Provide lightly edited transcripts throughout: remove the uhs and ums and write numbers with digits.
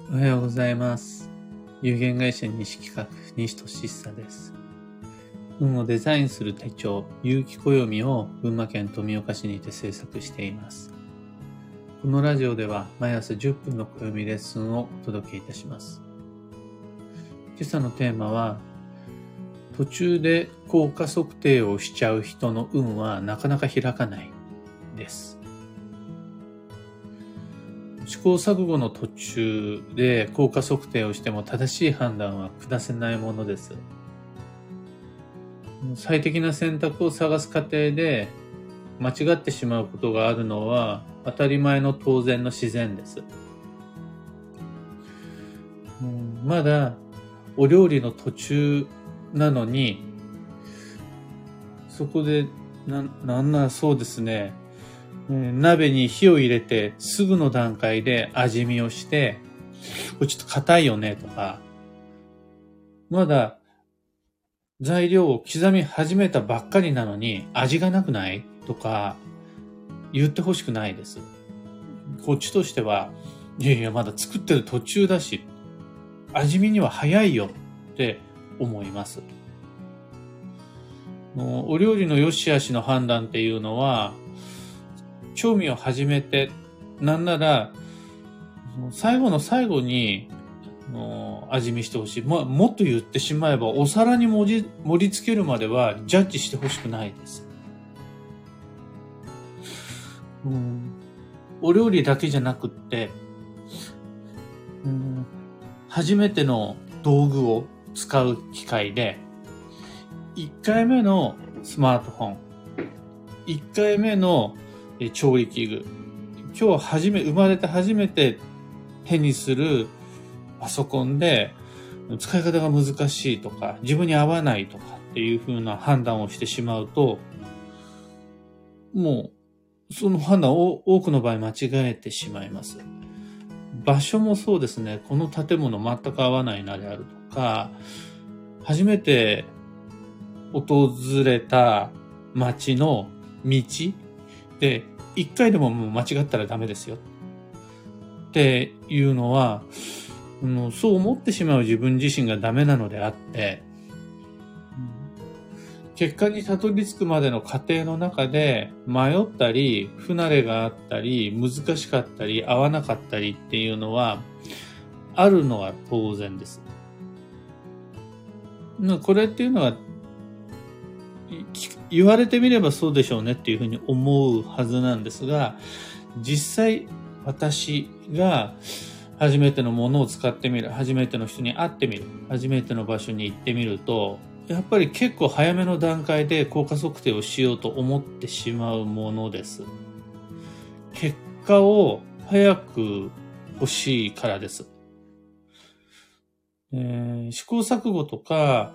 おはようございます。有限会社西企画西俊久です。運をデザインする手帳有機暦を群馬県富岡市にて制作しています。このラジオでは毎朝10分の暦レッスンをお届けいたします。今朝のテーマは、途中で効果測定をしちゃう人の運はなかなか開かないです。試行錯誤の途中で効果測定をしても正しい判断は下せないものです。最適な選択を探す過程で間違ってしまうことがあるのは当たり前の当然の自然です。まだお料理の途中なのに、そこでなんならそうですね、鍋に火を入れてすぐの段階で味見をして、これちょっと硬いよねとか、まだ材料を刻み始めたばっかりなのに味がなくないとか言ってほしくないです。こっちとしては、いやいやまだ作ってる途中だし、味見には早いよって思います。お料理の良し悪しの判断っていうのは、調味を始めて、なんなら、最後の最後に味見してほしい。もっと言ってしまえば、お皿に盛り付けるまではジャッジしてほしくないです。お料理だけじゃなくって、初めての道具を使う機会で、1回目のスマートフォン、1回目の調理器具、今日生まれて初めて手にするパソコンで使い方が難しいとか、自分に合わないとかっていう風な判断をしてしまうと、もうその判断を多くの場合間違えてしまいます。場所もそうですね、この建物全く合わないなであるとか、初めて訪れた街の道で、一回でももう間違ったらダメですよっていうのは、そう思ってしまう自分自身がダメなのであって、結果にたどり着くまでの過程の中で迷ったり、不慣れがあったり、難しかったり、合わなかったりっていうのは、あるのは当然です。これっていうのは、言われてみればそうでしょうねっていうふうに思うはずなんですが、実際私が初めてのものを使ってみる、初めての人に会ってみる、初めての場所に行ってみると、やっぱり結構早めの段階で効果測定をしようと思ってしまうものです。結果を早く欲しいからです。試行錯誤とか、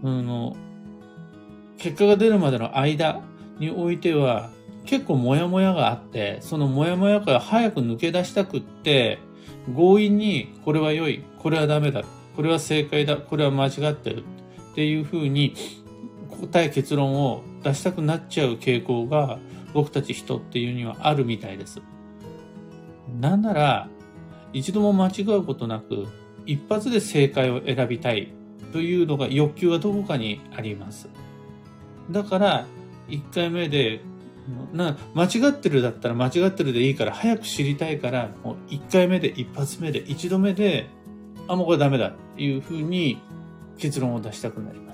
結果が出るまでの間においては結構モヤモヤがあって、そのモヤモヤから早く抜け出したくって、強引にこれは良い、これはダメだ、これは正解だ、これは間違ってるっていう風に答え結論を出したくなっちゃう傾向が僕たち人っていうにはあるみたいです。なんなら一度も間違うことなく一発で正解を選びたいというのが欲求がどこかにあります。だから1回目で間違ってるだったら間違ってるでいいから早く知りたいから、もう1回目で一発目で1度目でもうこれダメだっていうふうに結論を出したくなります。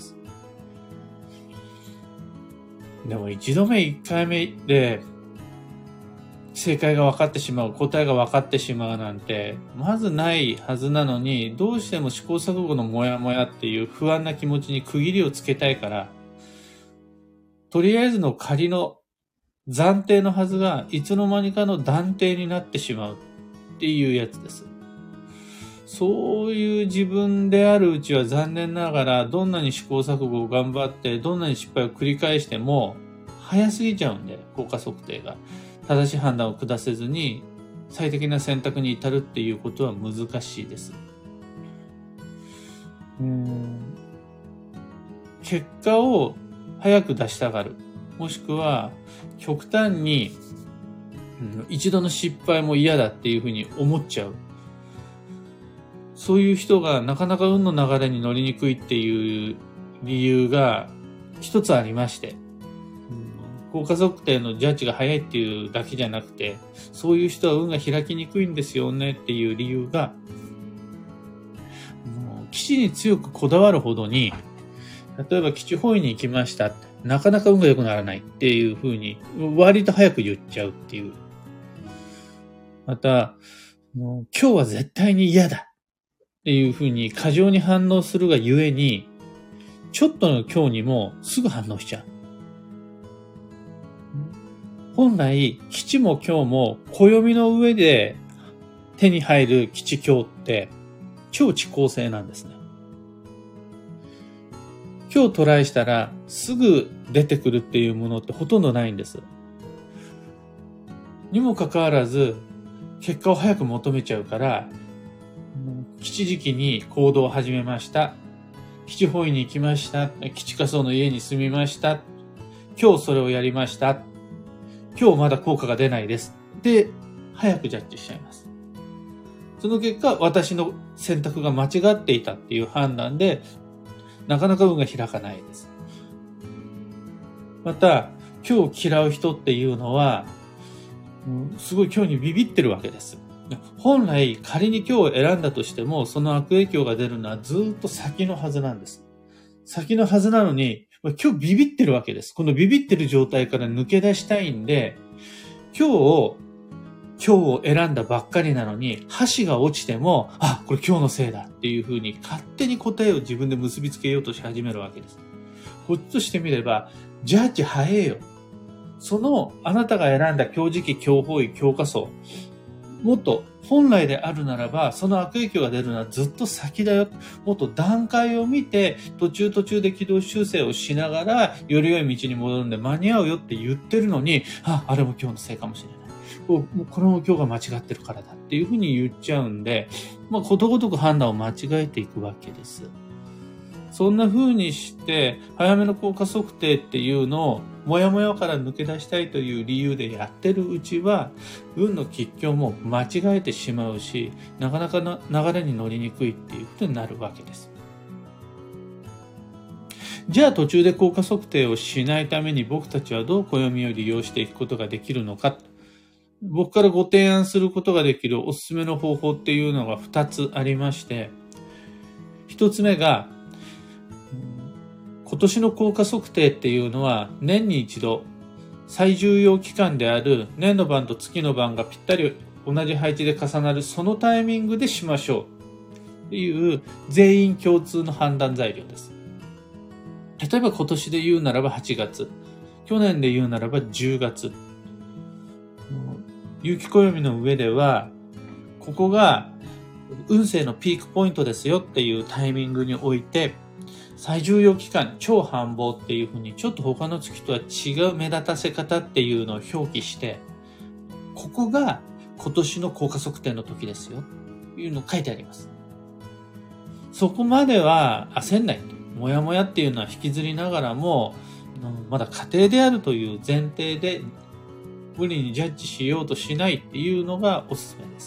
でも1度目1回目で正解が分かってしまう、答えが分かってしまうなんてまずないはずなのに、どうしても試行錯誤のモヤモヤっていう不安な気持ちに区切りをつけたいから、とりあえずの仮の暫定のはずがいつの間にかの断定になってしまうっていうやつです。そういう自分であるうちは残念ながら、どんなに試行錯誤を頑張って、どんなに失敗を繰り返しても早すぎちゃうんで、効果測定が正しい判断を下せずに最適な選択に至るっていうことは難しいです。結果を早く出したがる。もしくは、極端に、一度の失敗も嫌だっていうふうに思っちゃう。 そういう人がなかなか運の流れに乗りにくいっていう理由が一つありまして、効果測定のジャッジが早いっていうだけじゃなくて、そういう人は運が開きにくいんですよねっていう理由が、基地に強くこだわるほどに、例えば基地方位に行きました。なかなか運が良くならないっていうふうに、割と早く言っちゃうっていう。また、今日は絶対に嫌だっていうふうに過剰に反応するがゆえに、ちょっとの今日にもすぐ反応しちゃう。本来、基地も今日も暦の上で手に入る基地今日って超遅効性なんですね。今日トライしたらすぐ出てくるっていうものってほとんどないんです。にもかかわらず、結果を早く求めちゃうから、基地時期に行動を始めました。基地方位に行きました。基地仮想の家に住みました。今日それをやりました。今日まだ効果が出ないです。で、早くジャッジしちゃいます。その結果、私の選択が間違っていたっていう判断で、なかなか運が開かないです。また、今日嫌う人っていうのは、すごい今日にビビってるわけです。本来、仮に今日を選んだとしても、その悪影響が出るのはずっと先のはずなんです。先のはずなのに、今日ビビってるわけです。このビビってる状態から抜け出したいんで、今日を選んだばっかりなのに、箸が落ちても、あ、これ今日のせいだっていうふうに勝手に答えを自分で結びつけようとし始めるわけです。こっちとしてみれば、ジャッジ早えよ。そのあなたが選んだ今日時期、今日方位、今日仮想、もっと本来であるならば、その悪影響が出るのはずっと先だよ。もっと段階を見て、途中で軌道修正をしながら、より良い道に戻るんで間に合うよって言ってるのに、あれも今日のせいかもしれない。これも今日が間違ってるからだっていうふうに言っちゃうんで、ことごとく判断を間違えていくわけです。そんな風にして、早めの効果測定っていうのを、もやもやから抜け出したいという理由でやってるうちは、運の吉凶も間違えてしまうし、なかなかの流れに乗りにくいっていうことになるわけです。じゃあ途中で効果測定をしないために僕たちはどう暦を利用していくことができるのか。僕からご提案することができるおすすめの方法っていうのが2つありまして、1つ目が、今年の効果測定っていうのは年に一度最重要期間である年の番と月の番がぴったり同じ配置で重なるそのタイミングでしましょうっていう全員共通の判断材料です。例えば今年で言うならば8月、去年で言うならば10月。有機暦の上ではここが運勢のピークポイントですよっていうタイミングにおいて最重要期間、超繁忙っていうふうにちょっと他の月とは違う目立たせ方っていうのを表記して、ここが今年の効果測定の時ですよというのを書いてあります。そこまでは焦んないと。もやもやっていうのは引きずりながらも、まだ家庭であるという前提で無理にジャッジしようとしないっていうのがおすすめです。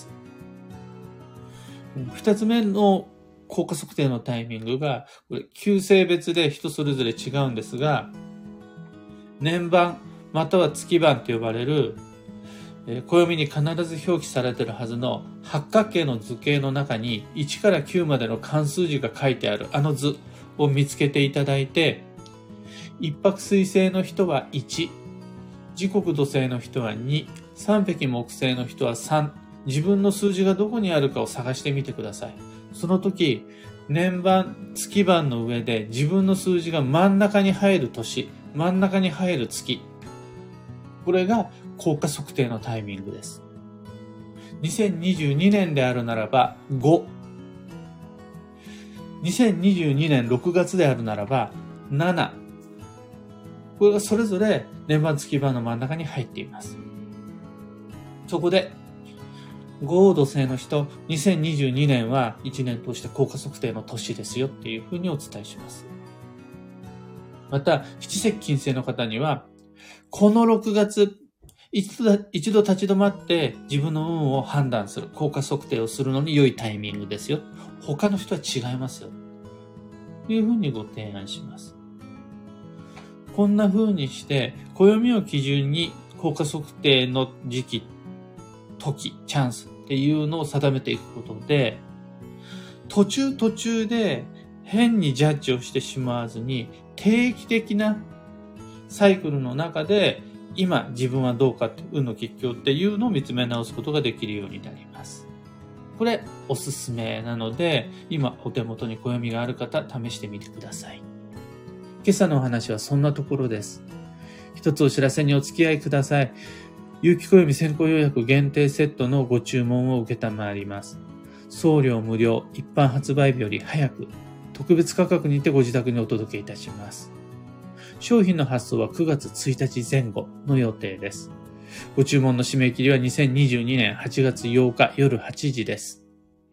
二つ目の効果測定のタイミングが、これ、旧星別で人それぞれ違うんですが、年番または月番と呼ばれる、暦に必ず表記されているはずの八角形の図形の中に1から9までの漢数字が書いてあるあの図を見つけていただいて、一泊水星の人は1、時刻土星の人は2、三匹木星の人は3、自分の数字がどこにあるかを探してみてください。その時、年番、月番の上で自分の数字が真ん中に入る年、真ん中に入る月。これが効果測定のタイミングです。2022年であるならば5。2022年6月であるならば7。これがそれぞれ年番、月番の真ん中に入っています。そこで、合土星の人、2022年は1年通して効果測定の年ですよっていうふうにお伝えします。また、七石金星の方には、この6月、 一度立ち止まって自分の運を判断する、効果測定をするのに良いタイミングですよ。他の人は違いますよ。というふうにご提案します。こんな風にして、暦を基準に効果測定の時期、時、チャンスっていうのを定めていくことで、途中で変にジャッジをしてしまわずに、定期的なサイクルの中で、今自分はどうかって運の吉凶っていうのを見つめ直すことができるようになります。これおすすめなので、今お手元に暦がある方、試してみてください。今朝のお話はそんなところです。一つお知らせにお付き合いください。有機暦先行予約限定セットのご注文を受けたまわります。送料無料、一般発売日より早く、特別価格にてご自宅にお届けいたします。商品の発送は9月1日前後の予定です。ご注文の締め切りは2022年8月8日夜8時です。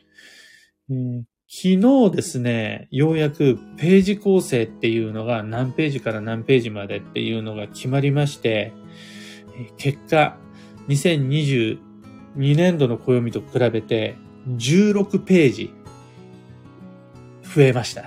昨日ですね、ようやくページ構成っていうのが何ページから何ページまでっていうのが決まりまして、結果、2022年度の暦と比べて16ページ増えました。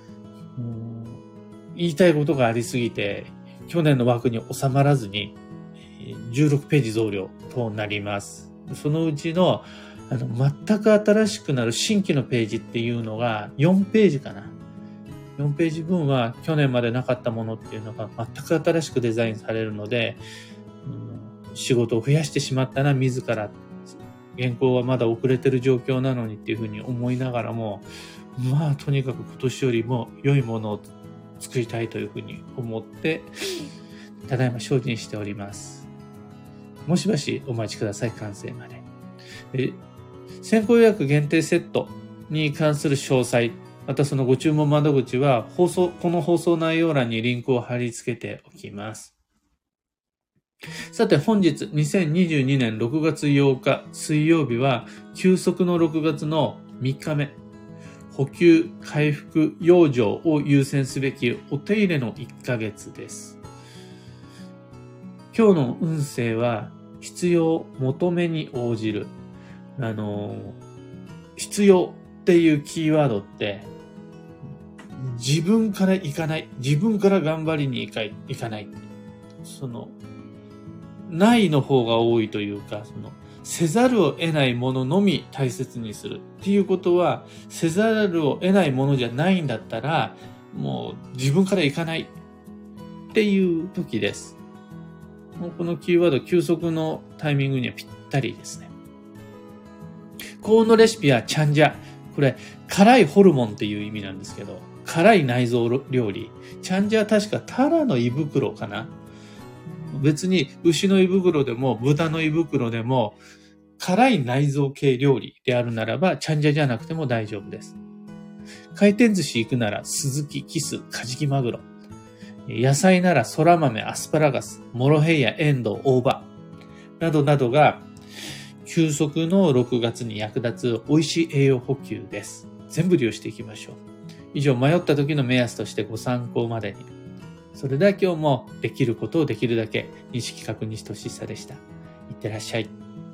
言いたいことがありすぎて、去年の枠に収まらずに16ページ増量となります。そのうちの全く新しくなる新規のページっていうのが4ページかな。4ページ分は去年までなかったものっていうのが全く新しくデザインされるので、仕事を増やしてしまったな、自ら。原稿はまだ遅れてる状況なのにっていうふうに思いながらも、まあとにかく今年よりも良いものを作りたいというふうに思って、ただいま精進しております。もしばしお待ちください、完成まで。先行予約限定セットに関する詳細、またそのご注文窓口はこの放送内容欄にリンクを貼り付けておきます。さて本日2022年6月8日水曜日は休息の6月の3日目。補給、回復、養生を優先すべきお手入れの1ヶ月です。今日の運勢は必要、求めに応じる。必要っていうキーワードって自分から行かない。自分から頑張りに行かない。ないの方が多いというか、せざるを得ないもののみ大切にするっていうことは、せざるを得ないものじゃないんだったら、もう自分から行かないっていう時です。もうこのキーワード、休息のタイミングにはぴったりですね。幸運のレシピはチャンジャ。これ、辛いホルモンっていう意味なんですけど、辛い内臓料理。チャンジャは確かタラの胃袋かな。別に牛の胃袋でも豚の胃袋でも辛い内臓系料理であるならばチャンジャじゃなくても大丈夫です。回転寿司行くならスズキ、キス、カジキマグロ。野菜ならソラマメ、アスパラガス、モロヘイヤ、エンドウ、大葉などなどが休息の6月に役立つ美味しい栄養補給です。全部利用していきましょう。以上、迷った時の目安としてご参考までに。それでは今日もできることをできるだけ、西企画西俊久でした。いってらっしゃい。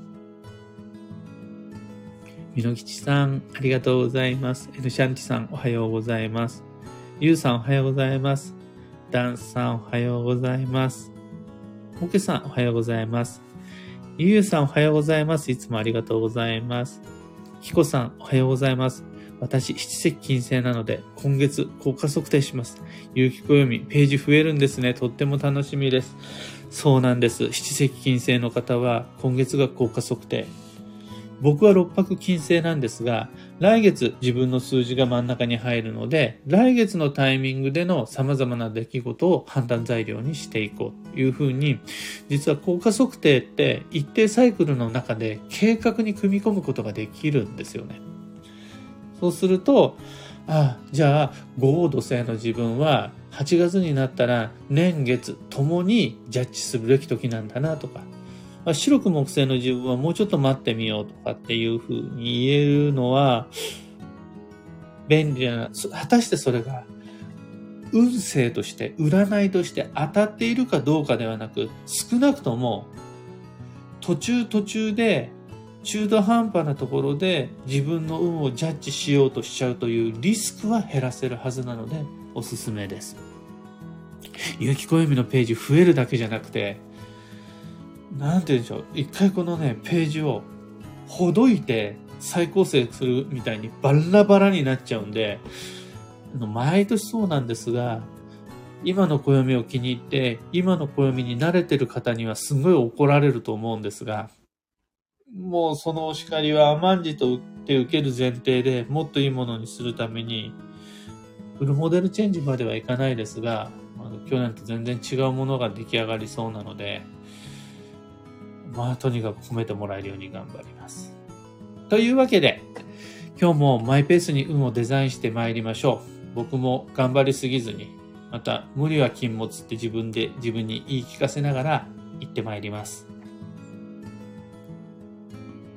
みのきちさん、ありがとうございます。エルシャンティさん、おはようございます。ゆうさん、おはようございます。ダンスさん、おはようございます。オケさん、おはようございます。ゆうさん、おはようございます。いつもありがとうございます。ひこさん、おはようございます。私、七石金星なので、今月、効果測定します。有機暦、ページ増えるんですね。とっても楽しみです。そうなんです。七石金星の方は、今月が効果測定。僕は六白金星なんですが、来月自分の数字が真ん中に入るので、来月のタイミングでの様々な出来事を判断材料にしていこうというふうに、実は効果測定って一定サイクルの中で計画に組み込むことができるんですよね。そうすると、じゃあ、五黄土星の自分は8月になったら年月ともにジャッジするべき時なんだなとか、白く木星の自分はもうちょっと待ってみようとかっていうふうに言えるのは便利な、果たしてそれが運勢として占いとして当たっているかどうかではなく、少なくとも途中で中途半端なところで自分の運をジャッジしようとしちゃうというリスクは減らせるはずなのでおすすめです。有機暦のページ増えるだけじゃなくて、なんて言うんでしょう、一回このね、ページをほどいて再構成するみたいにバラバラになっちゃうんで、毎年そうなんですが、今の暦を気に入って、今の暦に慣れてる方にはすごい怒られると思うんですが、もうそのお叱りは甘んじと受ける前提でもっといいものにするために、フルモデルチェンジまではいかないですが、去年と全然違うものが出来上がりそうなので、とにかく褒めてもらえるように頑張ります。というわけで、今日もマイペースに運をデザインして参りましょう。僕も頑張りすぎずに、また無理は禁物って自分に言い聞かせながら行って参ります。